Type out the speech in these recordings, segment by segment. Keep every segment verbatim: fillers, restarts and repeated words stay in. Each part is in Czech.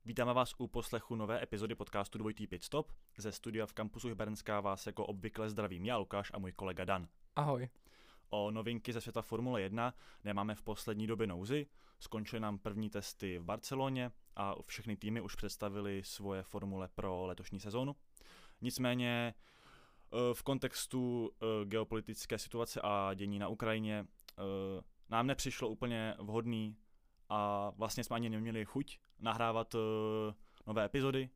Vítáme vás u poslechu nové epizody podcastu Dvojitý pit stop. Ze studia v kampusu Hybernská vás jako obvykle zdravím já, Lukáš, a můj kolega Dan. Ahoj. O novinky ze světa Formule jedna nemáme v poslední době nouzi. Skončily nám první testy v Barceloně a všechny týmy už představili svoje formule pro letošní sezónu. Nicméně v kontextu geopolitické situace a dění na Ukrajině nám nepřišlo úplně vhodný a vlastně jsme ani neměli chuť nahrávat nové epizody,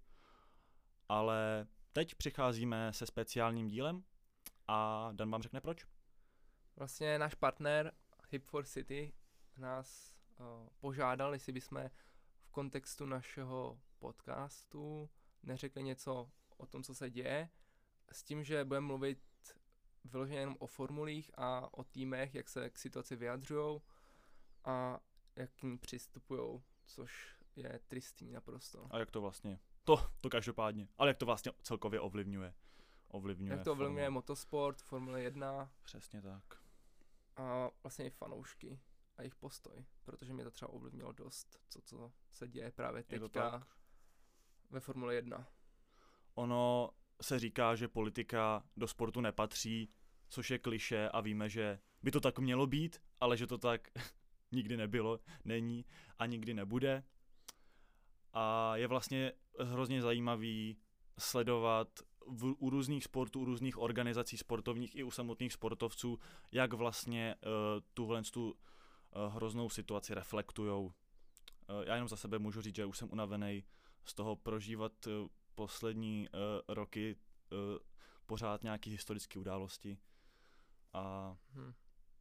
ale teď přicházíme se speciálním dílem a Dan vám řekne proč. Vlastně náš partner Hip for City nás uh, požádal, jestli bychom v kontextu našeho podcastu neřekli něco o tom, co se děje, s tím, že budeme mluvit vyloženě jenom o formulích a o týmech, jak se k situaci vyjadřujou a jak k ní přistupujou, což je tristní naprosto. A jak to vlastně, to, to každopádně, ale jak to vlastně celkově ovlivňuje. ovlivňuje jak to ovlivňuje formule. motosport, Formule jedna. Přesně tak. A vlastně i fanoušky a jejich postoj, protože mě to třeba ovlivnilo dost, co, co se děje právě teďka ve Formule jedna. Ono se říká, že politika do sportu nepatří, což je klišé a víme, že by to tak mělo být, ale že to tak nikdy nebylo, není a nikdy nebude. A je vlastně hrozně zajímavý sledovat v, u různých sportů, u různých organizací sportovních i u samotných sportovců, jak vlastně uh, tuhle tu uh, hroznou situaci reflektujou. Uh, já jenom za sebe můžu říct, že už jsem unavený z toho prožívat uh, poslední uh, roky uh, pořád nějaké historické události. A... Hmm.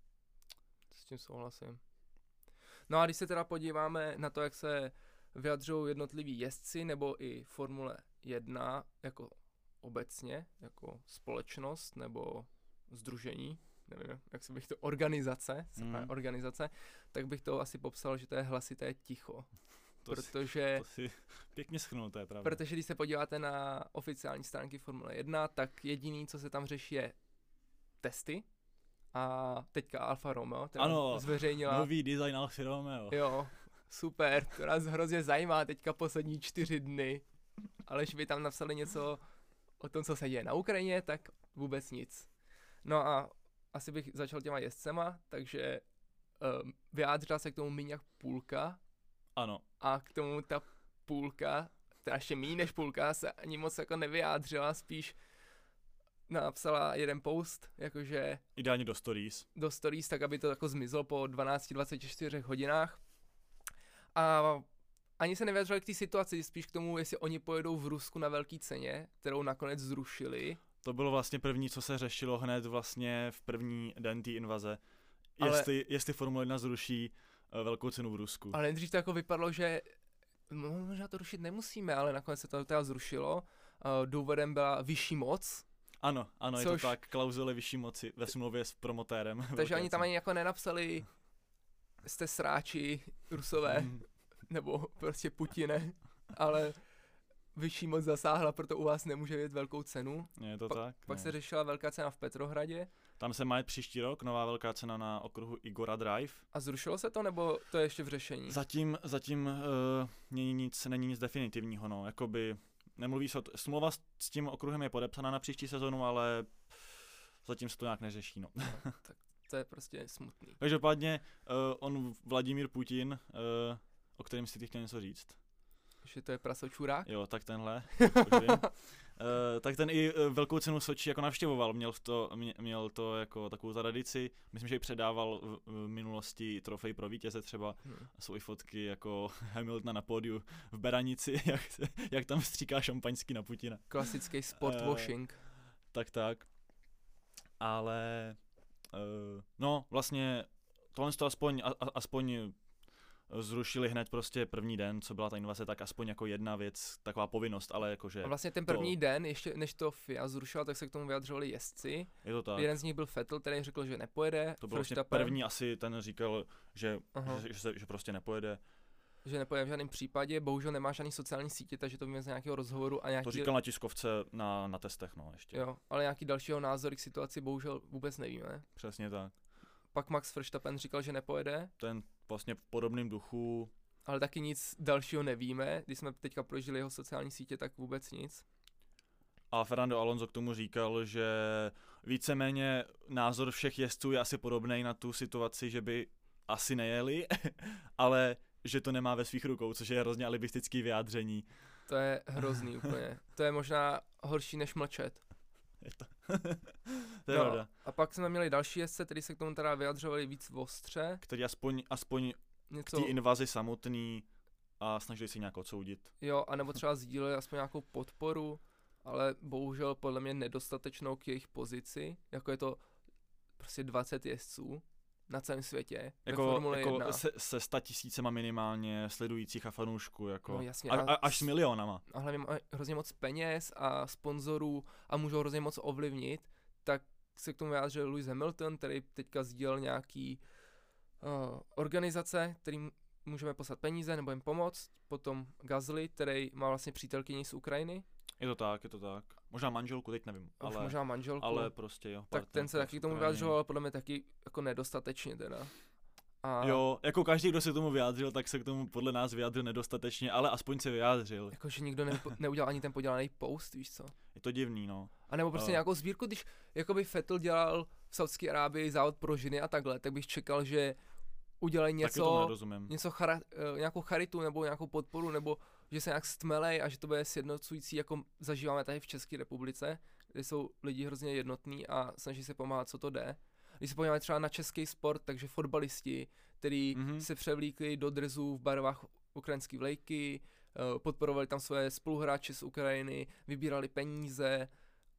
S tím souhlasím. No a když se teda podíváme na to, jak se vyjadřují jednotliví jezdci nebo i Formule jedna jako obecně, jako společnost nebo sdružení, nevím, jak se bych to, organizace, mm. organizace, tak bych to asi popsal, že to je hlasité ticho. To protože, si, to si pěkně shrnul, to je pravda. Protože když se podíváte na oficiální stránky Formule jedna, tak jediný, co se tam řeší, je testy. A teďka Alfa Romeo, která ano, zveřejnila... nový design Alfa Romeo. Jo, super, to nás hrozně zajímá teďka poslední čtyři dny. Ale když by tam napsali něco o tom, co se děje na Ukrajině, tak vůbec nic. No a asi bych začal těma jezdcema, takže um, vyjádřila se k tomu míň jak půlka. Ano. A k tomu ta půlka, teda ještě míň než půlka, se ani moc jako nevyjádřila, spíš napsala jeden post, jakože... Ideálně do stories. Do stories, tak aby to jako zmizlo po dvanáct dvacet čtyři hodinách. A ani se nevyjadřovali k té situaci, spíš k tomu, jestli oni pojedou v Rusku na velké ceně, kterou nakonec zrušili. To bylo vlastně první, co se řešilo hned vlastně v první den té invaze. Ale, jestli, jestli Formule jedna zruší uh, velkou cenu v Rusku. Ale nejdřív to jako vypadlo, že možná to rušit nemusíme, ale nakonec se to teda zrušilo. Uh, důvodem byla vyšší moc. Ano, ano, což... je to tak, klauzule vyšší moci ve smlouvě s promotérem. Takže ani tam ani jako nenapsali jste sráči, Rusové, mm. nebo prostě Putine, ale vyšší moc zasáhla, proto u vás nemůže být velkou cenu. Je to pa- tak. Pak no. se řešila velká cena v Petrohradě. Tam se má jít příští rok, nová velká cena na okruhu Igora Drive. A zrušilo se to, nebo to je ještě v řešení? Zatím, zatím uh, není nic, není nic definitivního, no, jakoby nemluví se o t- smlouva s, s tím okruhem je podepsaná na příští sezonu, ale zatím se to nějak neřeší, no. no tak to je prostě smutný. Každopádně uh, on Vladimír Putin, uh, o kterém si ty chtěl něco říct. Že to je prasočurák? Jo, tak tenhle. uh, tak ten i uh, velkou cenu Soči jako navštěvoval, měl, v to, mě, měl to jako takovou tradici. Myslím, že i předával v, v minulosti trofej pro vítěze třeba. Hmm. Jsou i fotky jako Hamiltona na pódiu v Beranici, jak, jak tam stříká šampaňský na Putina. Klasický sportwashing. Uh, tak, tak. Ale uh, no vlastně tohle to aspoň, a, aspoň zrušili hned prostě první den, co byla ta invaze, tak aspoň jako jedna věc, taková povinnost, ale jakože... A vlastně ten první to... den, ještě než to F I A zrušila, tak se k tomu vyjadřovali jezdci. Je to tak. Jeden z nich byl Vettel, který řekl, že nepojede. To byl vlastně první asi, ten říkal, že, že, že, že prostě nepojede. Že nepojede v žádném případě, bohužel nemá žádný sociální sítě, takže to víme z nějakého rozhovoru a nějaký... To říkal na tiskovce na, na testech, no ještě. Jo, ale nějaký dalšího názory k situaci bohužel vůbec nevíme. Přesně tak. Pak Max Verstappen říkal, že nepojede. Ten vlastně v podobném duchu ale taky nic dalšího nevíme. Když jsme teďka prožili jeho sociální sítě, tak vůbec nic. A Fernando Alonso k tomu říkal, že víceméně názor všech jezdců je asi podobný na tu situaci, že by asi nejeli, ale že to nemá ve svých rukou, což je hrozně alibistický vyjádření. To je hrozný úplně. To je možná horší než mlčet. Je to. To je no, pravda. a pak jsme měli další jezdce, kteří se k tomu teda vyjadřovali víc ostře. Který aspoň, aspoň Něco... k té invazi samotný a snažili si nějak odsoudit. Jo, anebo třeba sdíleli aspoň nějakou podporu, ale bohužel podle mě nedostatečnou k jejich pozici, jako je to prostě dvacet jezdců na celém světě, jako, ve Formule jako jedna. Se, se sta tisícema minimálně sledujících a fanoušků, jako No jasně, a, a, a, až s milionama. A hlavně mají hrozně moc peněz a sponzorů a můžou hrozně moc ovlivnit, tak se k tomu vyjádřil Lewis Hamilton, který teďka sdílel nějaký uh, organizace, kterým můžeme poslat peníze nebo jim pomoct, potom Gasly, který má vlastně přítelkyni z Ukrajiny. Je to tak, je to tak. Možná manželku, teď nevím. Ale, ale, možná manželku. Ale prostě jo. Tak ten se taky k tomu vyjádřil, ale podle mě taky jako nedostatečně teda. A jo, jako každý, kdo se k tomu vyjádřil, tak se k tomu podle nás vyjádřil nedostatečně, ale aspoň se vyjádřil. Jakože nikdo ne, neudělal ani ten podělaný post, víš co? Je to divný, no. A nebo prostě uh. nějakou sbírku, když jakoby Vettel dělal v Saudské Arábii závod pro ženy a takhle, tak bych čekal, že udělají něco, něco chara, uh, nějakou charitu nebo nějakou podporu, nebo že se nějak stmelej a že to bude sjednocující, jako zažíváme tady v České republice, kde jsou lidi hrozně jednotní a snaží se pomáhat, co to jde. Když se podíváme třeba na český sport, takže fotbalisti, kteří mm-hmm. se převlíkli do dresů v barvách ukrajinské vlajky, uh, podporovali tam své spoluhráče z Ukrajiny, vybírali peníze.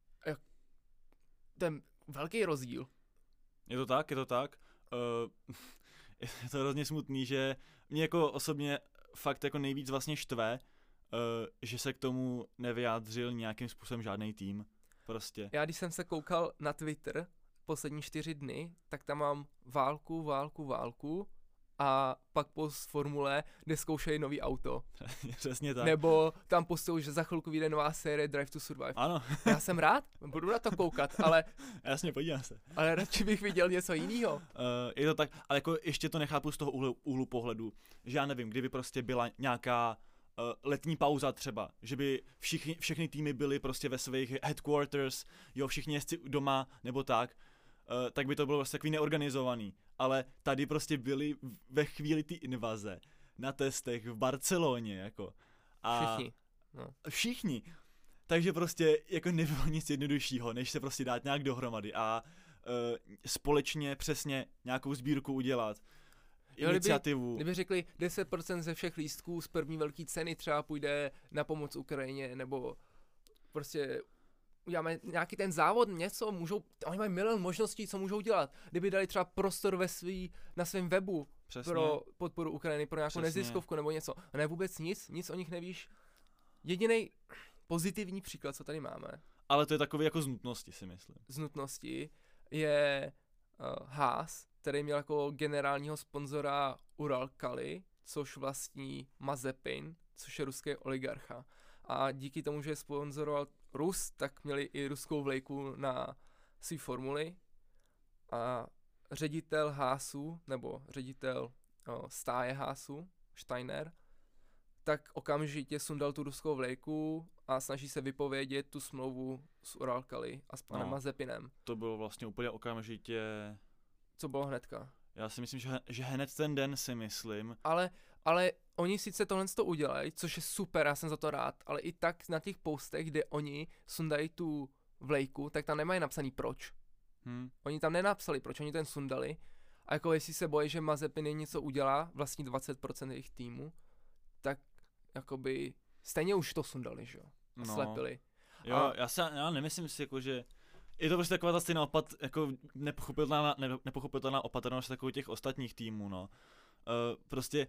To je velký rozdíl. Je to tak, je to tak. Uh, je to hrozně smutný, že mě jako osobně fakt jako nejvíc vlastně štve, uh, že se k tomu nevyjádřil nějakým způsobem žádný tým. Prostě. Já když jsem se koukal na Twitter poslední čtyři dny, tak tam mám válku, válku, válku a pak post formule, kde zkoušejí nový auto. Přesně tak. Nebo tam postují, že za chvilku vyjde nová série Drive to Survive. Ano. Já jsem rád, budu na to koukat, ale... Jasně, podívám se. Ale radši bych viděl něco jiného. Uh, je to tak, ale jako ještě to nechápu z toho úhlu, úhlu pohledu, že já nevím, kdyby prostě byla nějaká uh, letní pauza třeba, že by všichni, všechny týmy byly prostě ve svých headquarters, jo, všichni jezdci doma nebo tak, uh, tak by to bylo prostě takový neorganizovaný. Ale tady prostě byli ve chvíli ty invaze na testech v Barceloně, jako. A všichni. No. Všichni. Takže prostě jako nebylo nic jednoduššího, než se prostě dát nějak dohromady a uh, společně přesně nějakou sbírku udělat. Jo, iniciativu. Kdyby, kdyby řekli deset procent ze všech lístků z první velké ceny třeba půjde na pomoc Ukrajině, nebo prostě uděláme nějaký ten závod, něco, můžou, oni mají milion možností, co můžou dělat. Kdyby dali třeba prostor ve svý, na svém webu Přesně. pro podporu Ukrajiny, pro nějakou Přesně. neziskovku nebo něco. A ne vůbec nic, nic o nich nevíš. Jedinej pozitivní příklad, co tady máme. Ale to je takový jako z nutnosti, si myslím. Z nutnosti je uh, Haas, který měl jako generálního sponzora Uralkali, což vlastní Mazepin, což je ruský oligarcha. A díky tomu, že sponzoroval Rus, tak měli i ruskou vlajku na své formuli. A ředitel Haasu, nebo ředitel o, stáje Haasu, Steiner, tak okamžitě sundal tu ruskou vlajku a snaží se vypovědět tu smlouvu s Uralkali a s panem no, Mazepinem. To bylo vlastně úplně okamžitě... Co bylo hnedka? Já si myslím, že, že hned ten den si myslím. Ale, ale oni sice tohle to udělají, což je super, já jsem za to rád, ale i tak na těch postech, kde oni sundají tu vlajku, tak tam nemají napsaný proč. Hmm. Oni tam nenapsali, proč oni ten sundali. A jako jestli se bojí, že Mazepin něco udělá, vlastní dvacet procent jejich týmu, tak jakoby stejně už to sundali, že jo? A no. slepili. Jo, a... já, se, já nemyslím si, jako, že je to prostě taková ta stejná opat, jako nepochopitelná, ne, nepochopitelná opatrnost takových těch ostatních týmů, no. Uh, prostě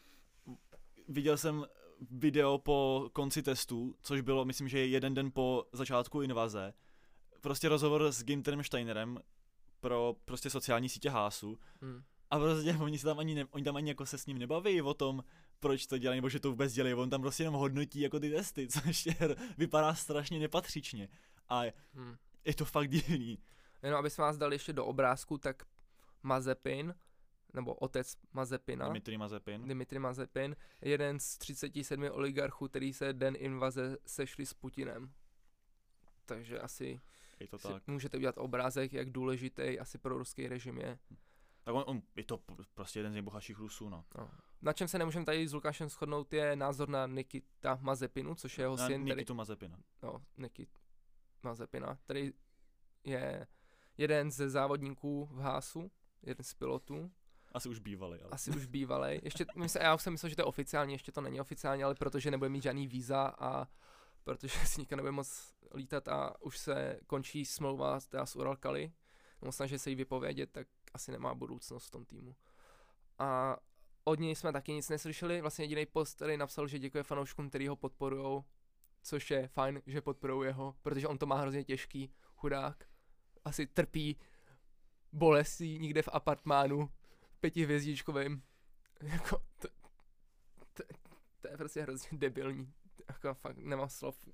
viděl jsem video po konci testu, což bylo, myslím, že jeden den po začátku invaze. Prostě rozhovor s Güntherem Steinerem pro prostě sociální sítě Haasu. Hmm. A prostě oni se tam ani, ne, oni tam ani jako se s ním nebaví o tom, proč to dělají, nebo že to vůbec dělají. On tam prostě jenom hodnotí jako ty testy, což je, vypadá strašně nepatřičně. A hmm. je to fakt divný. Jenom aby jsme vás dali ještě do obrázku, tak Mazepin nebo otec Mazepina, Dmitrij Mazepin. Dmitrij Mazepin, jeden z třiceti sedmi oligarchů, který se den invaze sešli s Putinem. Takže asi Je to si tak. můžete udělat obrázek, jak důležitý asi pro ruský režim je. Tak on, on je to prostě jeden z nejbohatších Rusů, no. No. Na čem se nemůžeme tady s Lukášem shodnout je názor na Nikita Mazepinu, což je jeho Na syn, který, Nikitu Mazepina. no, Nikit Mazepina, který je jeden ze závodníků v Hásu, jeden z pilotů, Asi už bývalý, ale. asi už bývalej. Ještě, mysl, já už jsem myslel, že to je oficiálně, ještě to není oficiálně, ale protože nebude mít žádný víza a protože si nikdo nebude moc lítat a už se končí smlouva teda s Uralkali, nebo snaží se jí vypovědět, tak asi nemá budoucnost v tom týmu. A od něj jsme taky nic neslyšeli, vlastně jediný post, který napsal, že děkuje fanouškům, který ho podporujou, což je fajn, že podporujou jeho, protože on to má hrozně těžký, chudák. Asi trpí bolestí někde v apartmánu, pětihvězdičkovým. Jako, to, to, to je prostě hrozně debilní. Jako fakt nemám slov.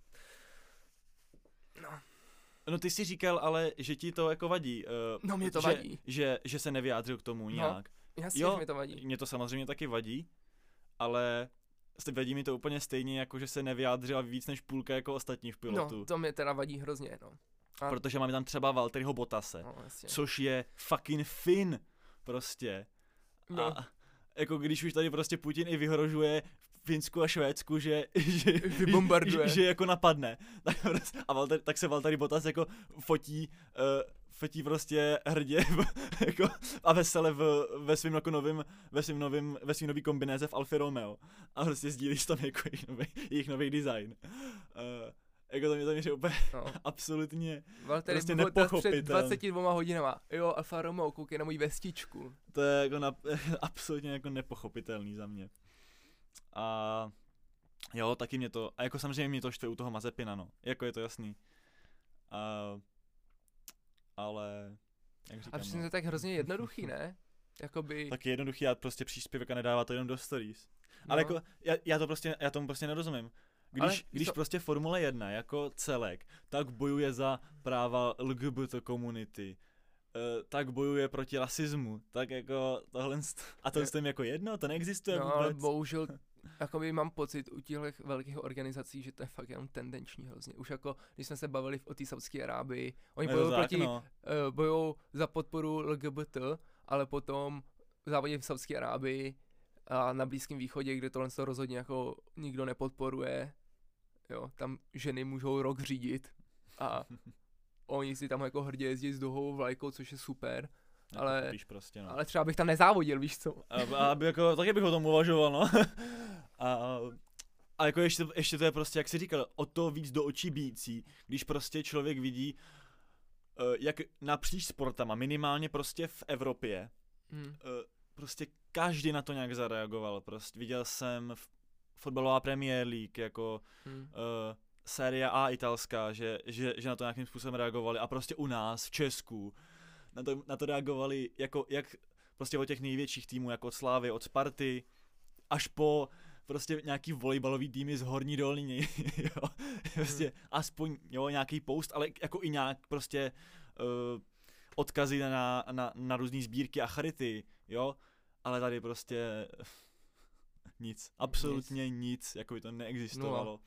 No. No ty jsi říkal, ale že ti to jako vadí. Uh, No mě to že, vadí. Že, že se nevyjádřil k tomu nějak. Jasně, Jo, že mi to vadí. Mě to samozřejmě taky vadí, ale vadí mi to úplně stejně, jako že se nevyjádřila víc než půlka jako ostatních pilotů. No, to mě teda vadí hrozně, no. A... Protože máme tam třeba Valtteriho Bottase, No, jasně. což je fucking Fin, prostě. No. A jako když už tady prostě Putin i vyhrožuje Finsku a Švédsku, že, že, Vybombarduje. že, že jako napadne, tak, prostě, a Valter, tak se Valtteri Bottas jako fotí, uh, fotí prostě hrdě jako, a vesele v, ve svým jako novým, ve svým novým, ve svým nový kombinéze v Alfa Romeo a prostě sdílíš tam jako jejich nový, jejich nový design. Uh, jako to mě to mě úplně No. absolutně Valtteri prostě Bottas před nepochopitelný. dvaceti dvěma hodinama. Jo, Alfa Romeo, koukej na moji vestičku. To je jako na, absolutně jako nepochopitelný za mě. A jo, taky mě to, a jako samozřejmě mě to štve u toho Mazepina, no, jako je to jasný. A, ale, jak A říkám, přesně to no, je tak hrozně jednoduchý, ne? Jakoby, tak je jednoduchý dát prostě příspěvek a nedává to jenom do stories. no, Ale jako, já, já to prostě, já tomu prostě nerozumím. Když, Ale když to- prostě Formule jedna jako celek, tak bojuje za práva L G B T komunity, uh, tak bojuje proti rasismu, tak jako tohle, st- a to Je- s tím jako jedno, to neexistuje no, ale vůbec. bohužel, jakoby mám pocit u těchto velkých organizací, že to je fakt jenom tendenční hrozně. Už jako, když jsme se bavili o té Saudské Arábii, oni Je to bojují tak, proti, no. uh, bojují za podporu L G B T, ale potom závodí v Saudské Arábii a na Blízkém východě, kde tohle to rozhodně jako nikdo nepodporuje, jo, tam ženy můžou rok řídit a oni si tam jako hrdě jezdí s duhovou vlajkou, což je super, ale- Víš prostě, no. ale třeba bych tam nezávodil, víš co? A, a aby jako, taky bych o tom uvažoval, no. a, a jako ještě, ještě to je prostě, jak jsi říkal, o to víc do očí bíjící, když prostě člověk vidí, uh, jak napříč sportama, minimálně prostě v Evropě, Hm. uh, prostě každý na to nějak zareagoval, prostě viděl jsem v fotbalová Premier League, jako Hm. uh, série A italská, že, že, že na to nějakým způsobem reagovali a prostě u nás v Česku na to, na to reagovali jako jak prostě od těch největších týmů, jako od Slávy, od Sparty, až po prostě nějaký volejbalový týmy z Horní Dolní, jo, prostě aspoň, jo, nějaký post, ale jako i nějak prostě uh, odkazy na, na, na různý sbírky a charity, jo, ale tady prostě nic, absolutně nic, nic jako by to neexistovalo.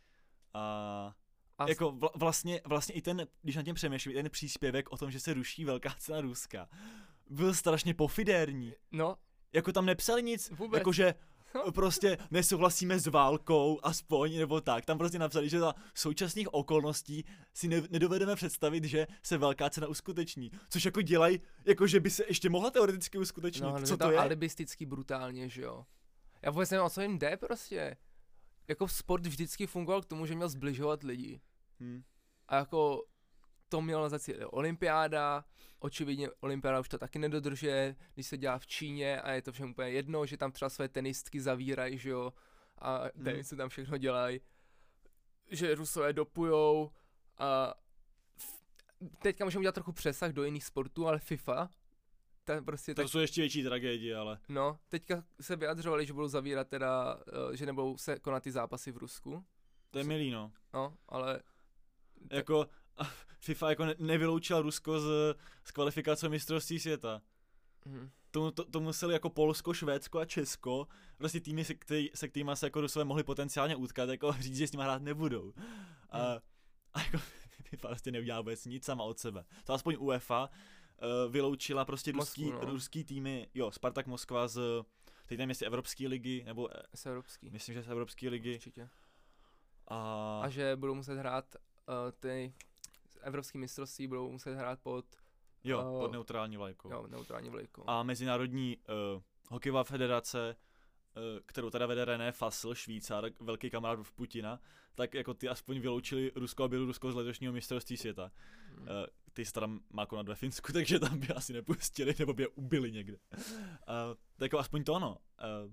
A A jako vla, vlastně, vlastně i ten, když na tím přemýšlím, ten příspěvek o tom, že se ruší velká cena Ruska, byl strašně pofidérní. no, Jako tam nepsali nic, Vůbec. jakože prostě nesouhlasíme s válkou aspoň, nebo tak. Tam prostě napsali, že za současných okolností si ne, nedovedeme představit, že se velká cena uskuteční. Což jako dělají, jako že by se ještě mohla teoreticky uskutečnit. no, Co je to je? alibistický brutálně, že jo. Já vůbec nevím, o co jim jde prostě. Jako sport vždycky fungoval k tomu, že měl zbližovat lidi. Hm. A jako to mělo za cíl olympiáda, očividně olympiáda už to taky nedodržuje, když se dělá v Číně a je to všem úplně jedno, že tam třeba své tenistky zavírají, že jo, a nevím, Hmm. co tam všechno dělají, že Rusové dopujou a f- teďka můžeme udělat trochu přesah do jiných sportů, ale FIFA, ta prostě To tak, jsou ještě větší tragédie, ale no, teďka se vyjadřovali, že budou zavírat teda, eh, že nebudou se konat ty zápasy v Rusku, to je milý, no. no, ale Jako FIFA jako ne, nevyloučila Rusko z, z kvalifikace mistrovství světa. hm. tomu, to, to museli jako Polsko, Švédsko a Česko, prostě týmy, se, který, se kterými se jako Rusové mohli potenciálně utkat, jako říct, že s nimi hrát nebudou. A, hmm. a jako FIFA prostě neudělá vůbec nic sama od sebe. To aspoň UEFA uh, vyloučila prostě ruský, Moskvu, no. ruský týmy, jo, Spartak Moskva z, teď nevím, jestli Evropské ligy, nebo z Evropský. Myslím, že z Evropské ligy. Určitě. A... a že budou muset hrát uh, ty evropský mistrovství, budou muset hrát pod Jo, uh, pod neutrální vlajkou. Jo, neutrální vlajkou. A Mezinárodní uh, hokejová federace, uh, kterou teda vede René Fasl, Švýcar, velký kamarád v Putina, tak jako ty aspoň vyloučili Rusko a Bělorusko z letošního mistrovství světa. Hmm. Uh, ty se tam má konat ve Finsku, takže tam by asi nepustili, nebo by je ubili někde. Uh, tak jako aspoň to ono. Uh,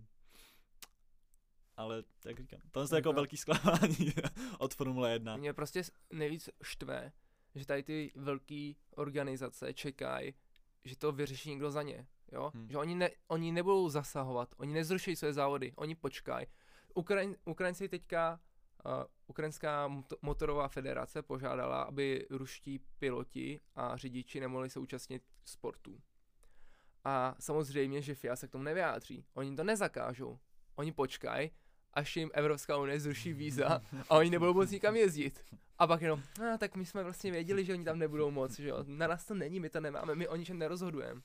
ale jak říkám, to je jako velký zklamání od Formule jedna. Mě prostě nejvíc štve, že tady ty velké organizace čekají, že to vyřeší někdo za ně, jo? Hmm. Že oni, ne, oni nebudou zasahovat, oni nezruší své závody, oni počkají. Ukrajin, Ukrajinci teďka, uh, Ukrajinská motorová federace požádala, aby ruští piloti a řidiči nemohli se účastnit sportů. A samozřejmě, že F I A se k tomu nevyjádří, oni to nezakážou, oni počkají, až jim Evropská unie zruší víza a oni nebudou moct nikam jezdit. A pak jenom, no, tak my jsme vlastně věděli, že oni tam nebudou moc, že jo. Na nás to není, my to nemáme, my o ničem nerozhodujeme.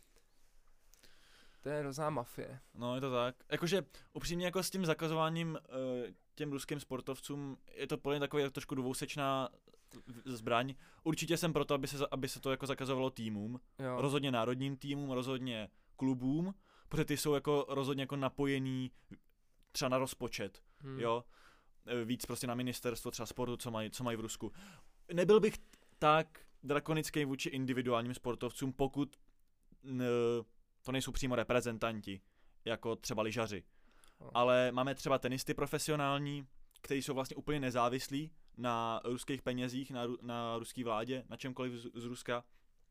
To je hrozná mafie. No, je to tak. Jakože upřímně jako s tím zakazováním uh, těm ruským sportovcům je to podle mě takový trošku dvousečná zbraň. Určitě jsem proto, aby se, aby se to jako zakazovalo týmům. Jo. Rozhodně národním týmům, rozhodně klubům, protože ty jsou jako rozhodně jako napojený třeba na rozpočet, hmm. jo, víc prostě na ministerstvo třeba sportu, co mají, co mají v Rusku. Nebyl bych tak drakonický vůči individuálním sportovcům, pokud n, to nejsou přímo reprezentanti, jako třeba lyžaři. Oh. Ale máme třeba tenisty profesionální, kteří jsou vlastně úplně nezávislí na ruských penězích, na, na ruské vládě, na čemkoliv z, z Ruska.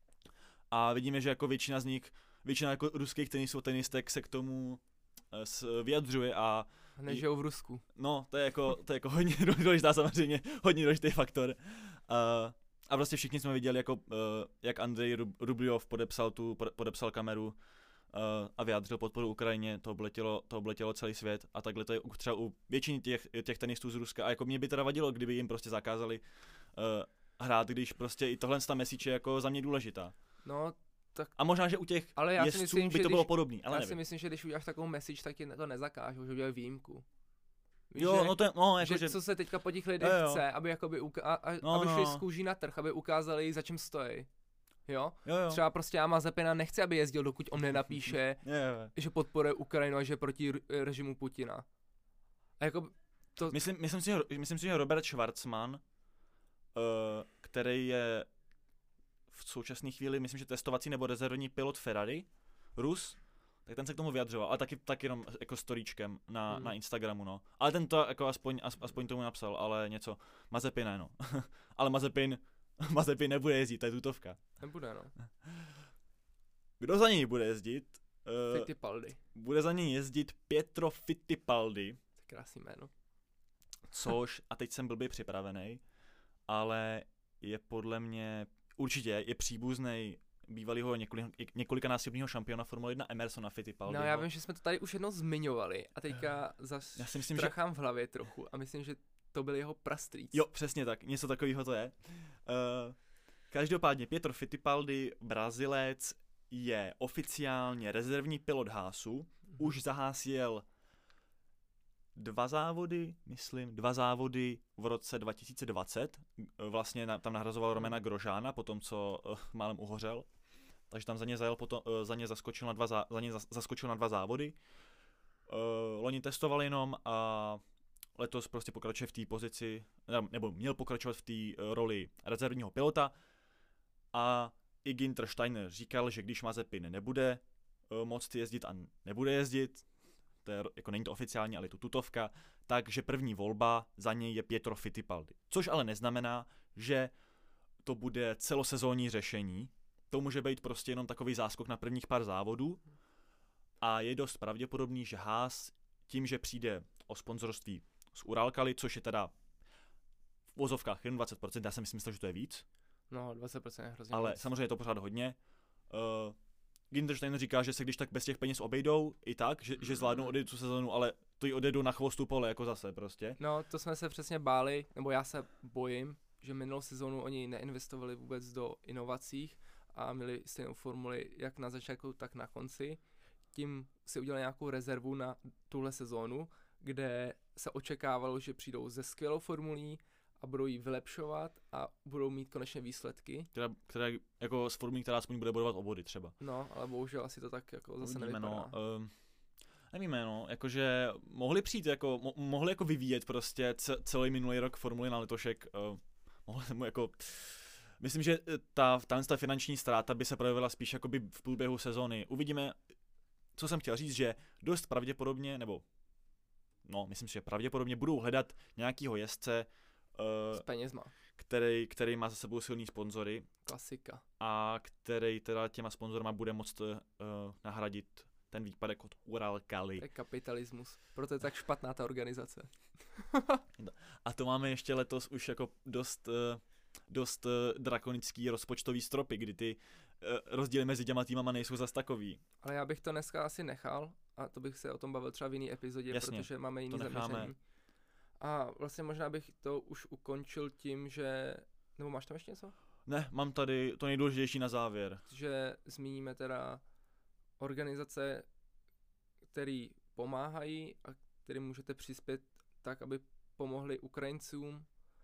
A vidíme, že jako většina z nich, většina jako ruských tenistů, tenistek se k tomu vyjadřuje a nežijou v Rusku. No, to je jako, to je jako hodně důležitá samozřejmě, hodně důležitý faktor. Uh, a prostě všichni jsme viděli, jako, uh, jak Andrej Rubljov podepsal tu, podepsal kameru uh, a vyjádřil podporu Ukrajině, to obletělo, to obletělo celý svět a takhle to je třeba u většiny těch, těch tenistů z Ruska a jako mě by teda vadilo, kdyby jim prostě zakázali uh, hrát, když prostě i tohle ta message je jako za mě důležitá. No, tak... A možná, že u těch ale já jezdců myslím, by to bylo podobný, ale já nevím. si myslím, že když uděláš takovou message, tak ti to nezakážou, že udělají výjimku. Víš, jo, že, no to je, no, jako že, že... co se teďka po těch lidech jo, jo. chce, aby jakoby uka- a, a, no, aby šli no. z kůží na trh, aby ukázali, za čím stojí. Jo? Jo, jo. Třeba prostě Mazepina nechce, aby jezdil, dokud on nenapíše, jo, jo. že podporuje Ukrajinu a že je proti režimu Putina. A jako to... Myslím, myslím, si, myslím si, že Robert Schwarzman, uh, který je v současné chvíli, myslím, že testovací nebo rezervní pilot Ferrari, Rus, tak ten se k tomu vyjadřoval, ale taky, taky jenom jako storíčkem na, hmm. na Instagramu, no. Ale ten to jako aspoň, aspoň tomu napsal, ale něco. Mazepin ne, no. Ale Mazepin, Mazepin nebude jezdit, to je tutovka. Nebude, no. Kdo za něj bude jezdit? Uh, Fittipaldi. Bude za něj jezdit Pietro Fittipaldi. Krásný jméno. Což, a teď jsem blbě připravený, ale je podle mě, určitě je příbuznej bývalého několik, několikanásobného šampiona Formule jedna Emersona Fittipaldiho. No já vím, že jsme to tady už jednou zmiňovali a teďka zase strachám že... v hlavě trochu a myslím, že to byl jeho prastrýc. Jo, přesně tak, něco takového to je. Uh, každopádně Pietro Fittipaldi, Brazilec, je oficiálně rezervní pilot Haasu, mm-hmm. už za Haas jel dva závody, myslím, dva závody v roce dva tisíce dvacet, vlastně na, tam nahrazoval Romana Grosjeana po tom, co uh, málem uhořel, takže tam za ně, zajel potom, uh, za ně, zaskočil, na dva zá, za ně zaskočil na dva závody. Uh, loni testoval jenom a letos prostě pokračuje v té pozici, nebo měl pokračovat v té uh, roli rezervního pilota a i Günther Steiner říkal, že když Mazepin nebude uh, moct jezdit a nebude jezdit, to je, jako není to oficiálně, ale je to tutovka, takže první volba za něj je Pietro Fittipaldi. Což ale neznamená, že to bude celosezónní řešení. To může být prostě jenom takový záskok na prvních pár závodů a je dost pravděpodobný, že Haas tím, že přijde o sponzorství z Uralkali, což je teda v vozovkách jen dvacet procent, já jsem si myslel, že to je víc. No, dvacet procent je hrozně Ale víc. samozřejmě je to pořád hodně. Uh, Günther Steiner říká, že se když tak bez těch peněz obejdou i tak, že, že zvládnou odjet tu sezonu, ale to ji odjedou na chvostu pole, jako zase prostě. No, to jsme se přesně báli, nebo já se bojím, že minulou sezonu oni neinvestovali vůbec do inovacích a měli stejnou formuli jak na začátku, tak na konci. Tím si udělali nějakou rezervu na tuhle sezónu, kde se očekávalo, že přijdou ze skvělou formulí a budou ji vylepšovat a budou mít konečně výsledky. Která, která jako s formulí, která aspoň bude bodovat o body třeba. No, ale bohužel asi to tak jako zase Uvidíme, nevypadá. No, um, nevíme, no, jakože mohli přijít, jako, mo- mohli jako vyvíjet prostě ce- celý minulý rok formuly na letošek, uh, mohli mu jako... Myslím, že ta, ta, ta finanční ztráta by se projevila spíš jakoby v průběhu sezóny. Uvidíme, co jsem chtěl říct, že dost pravděpodobně, nebo no, myslím si, že pravděpodobně budou hledat nějakýho jezdce, S penězma. který, který má za sebou silný sponzory. Klasika. A který teda těma sponzorama bude moct uh, nahradit ten výpadek od Uralkali. To je kapitalismus. Proto je tak špatná ta organizace. A to máme ještě letos už jako dost, uh, dost uh, drakonický rozpočtový stropy, kdy ty uh, rozdíly mezi těma týmama nejsou zas takový. Ale já bych to dneska asi nechal a to bych se o tom bavil třeba v jiný epizodě, Jasně, protože máme jiný zaměření. A vlastně možná bych to už ukončil tím, že... Nebo máš tam ještě něco? Ne, mám tady to nejdůležitější na závěr. Že zmíníme teda organizace, které pomáhají a který můžete přispět tak, aby pomohli Ukrajincům.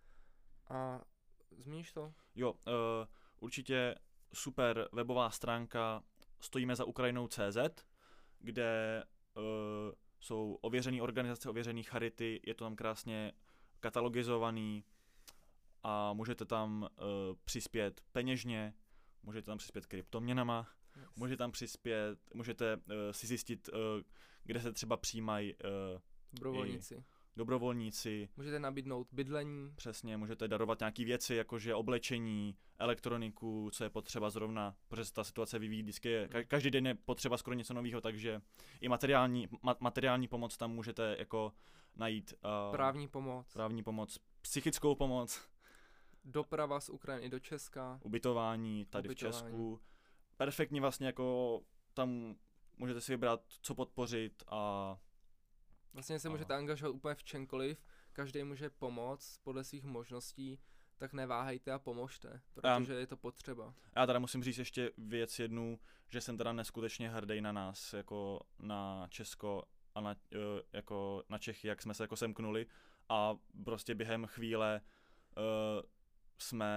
A zmíníš to? Jo, uh, určitě super webová stránka stojíme za Ukrajinou tečka cé zet, kde uh, jsou ověřené organizace, ověřené charity, je to tam krásně katalogizovaný a můžete tam uh, přispět peněžně, můžete tam přispět kryptoměnama, yes. můžete tam přispět, můžete uh, si zjistit, uh, kde se třeba přijímají uh, dobrovolníci. dobrovolníci. Můžete nabídnout bydlení. Přesně, můžete darovat nějaké věci, jakože oblečení, elektroniku, co je potřeba zrovna, protože se ta situace vyvíjí vždycky. Je, ka- každý den je potřeba skoro něco nového, takže i materiální, ma- materiální pomoc tam můžete jako najít. Uh, právní pomoc. Právní pomoc, psychickou pomoc. Doprava z Ukrajiny do Česka. Ubytování tady ubytování. v Česku. Perfektně vlastně jako tam můžete si vybrat, co podpořit a vlastně se můžete angažovat úplně v čemkoliv, každý může pomoct podle svých možností, tak neváhejte a pomožte, protože já, je to potřeba. Já teda musím říct ještě věc jednu, že jsem teda neskutečně hrdý na nás, jako na Česko a na, jako na Čechy, jak jsme se jako semknuli a prostě během chvíle uh, jsme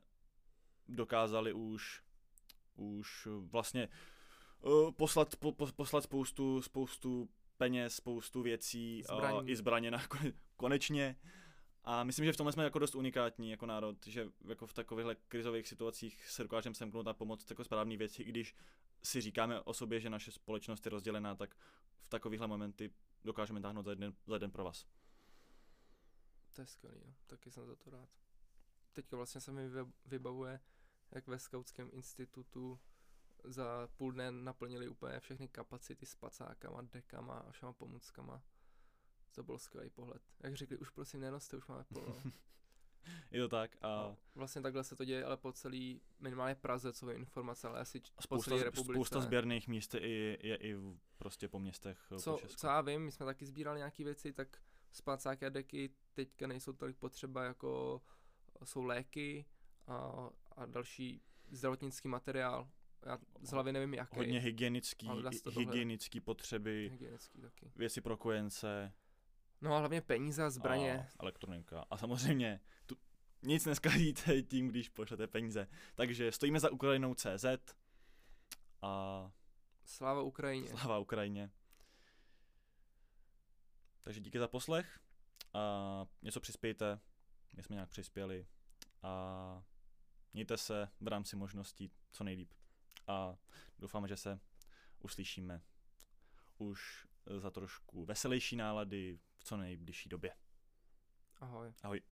dokázali už, už vlastně uh, poslat, po, po, poslat spoustu, spoustu peněz, spoustu věcí Zbraní. Uh, i zbraně na konečně. A myslím, že v tomhle jsme jako dost unikátní jako národ, že jako v takovýchhle krizových situacích se dokážeme semknout a pomoct jako správné věci, i když si říkáme o sobě, že naše společnost je rozdělená, tak v takovýchhle momenty dokážeme táhnout za jeden, za jeden pro vás. To je skvělý, jo. Taky jsem za to rád. Teďka vlastně se mi vybavuje, jak ve Skautském institutu za půl dne naplnili úplně všechny kapacity s pacákama, dekama a všema pomůckama. To byl skvělý pohled. Jak řekli, už prosím nenoste, už máme plno. Je to tak. A no, vlastně takhle se to děje, ale po celý, minimálně Praze, co je informace, ale asi spousta, po celé republice. Spousta sběrných míst je, je i prostě po městech co, po Česku. Co já vím, my jsme taky sbírali nějaké věci, tak spacáky a deky teďka nejsou tolik potřeba, jako jsou léky a, a další zdravotnický materiál. Já z hlavy nevím, jaký. Hodně hygienický, hygienický potřeby, hygienický taky. Věci pro kojence. No a hlavně peníze a zbraně. A elektronika. A samozřejmě tu nic neskazíte tím, když pošlete peníze. Takže stojíme za Ukrajinou tečka cé zet a sláva Ukrajině. Sláva Ukrajině. Takže díky za poslech a něco přispějte, my jsme nějak přispěli a mějte se v rámci možností co nejlíp. A doufám, že se uslyšíme už za trošku veselější nálady v co nejbližší době. Ahoj. Ahoj.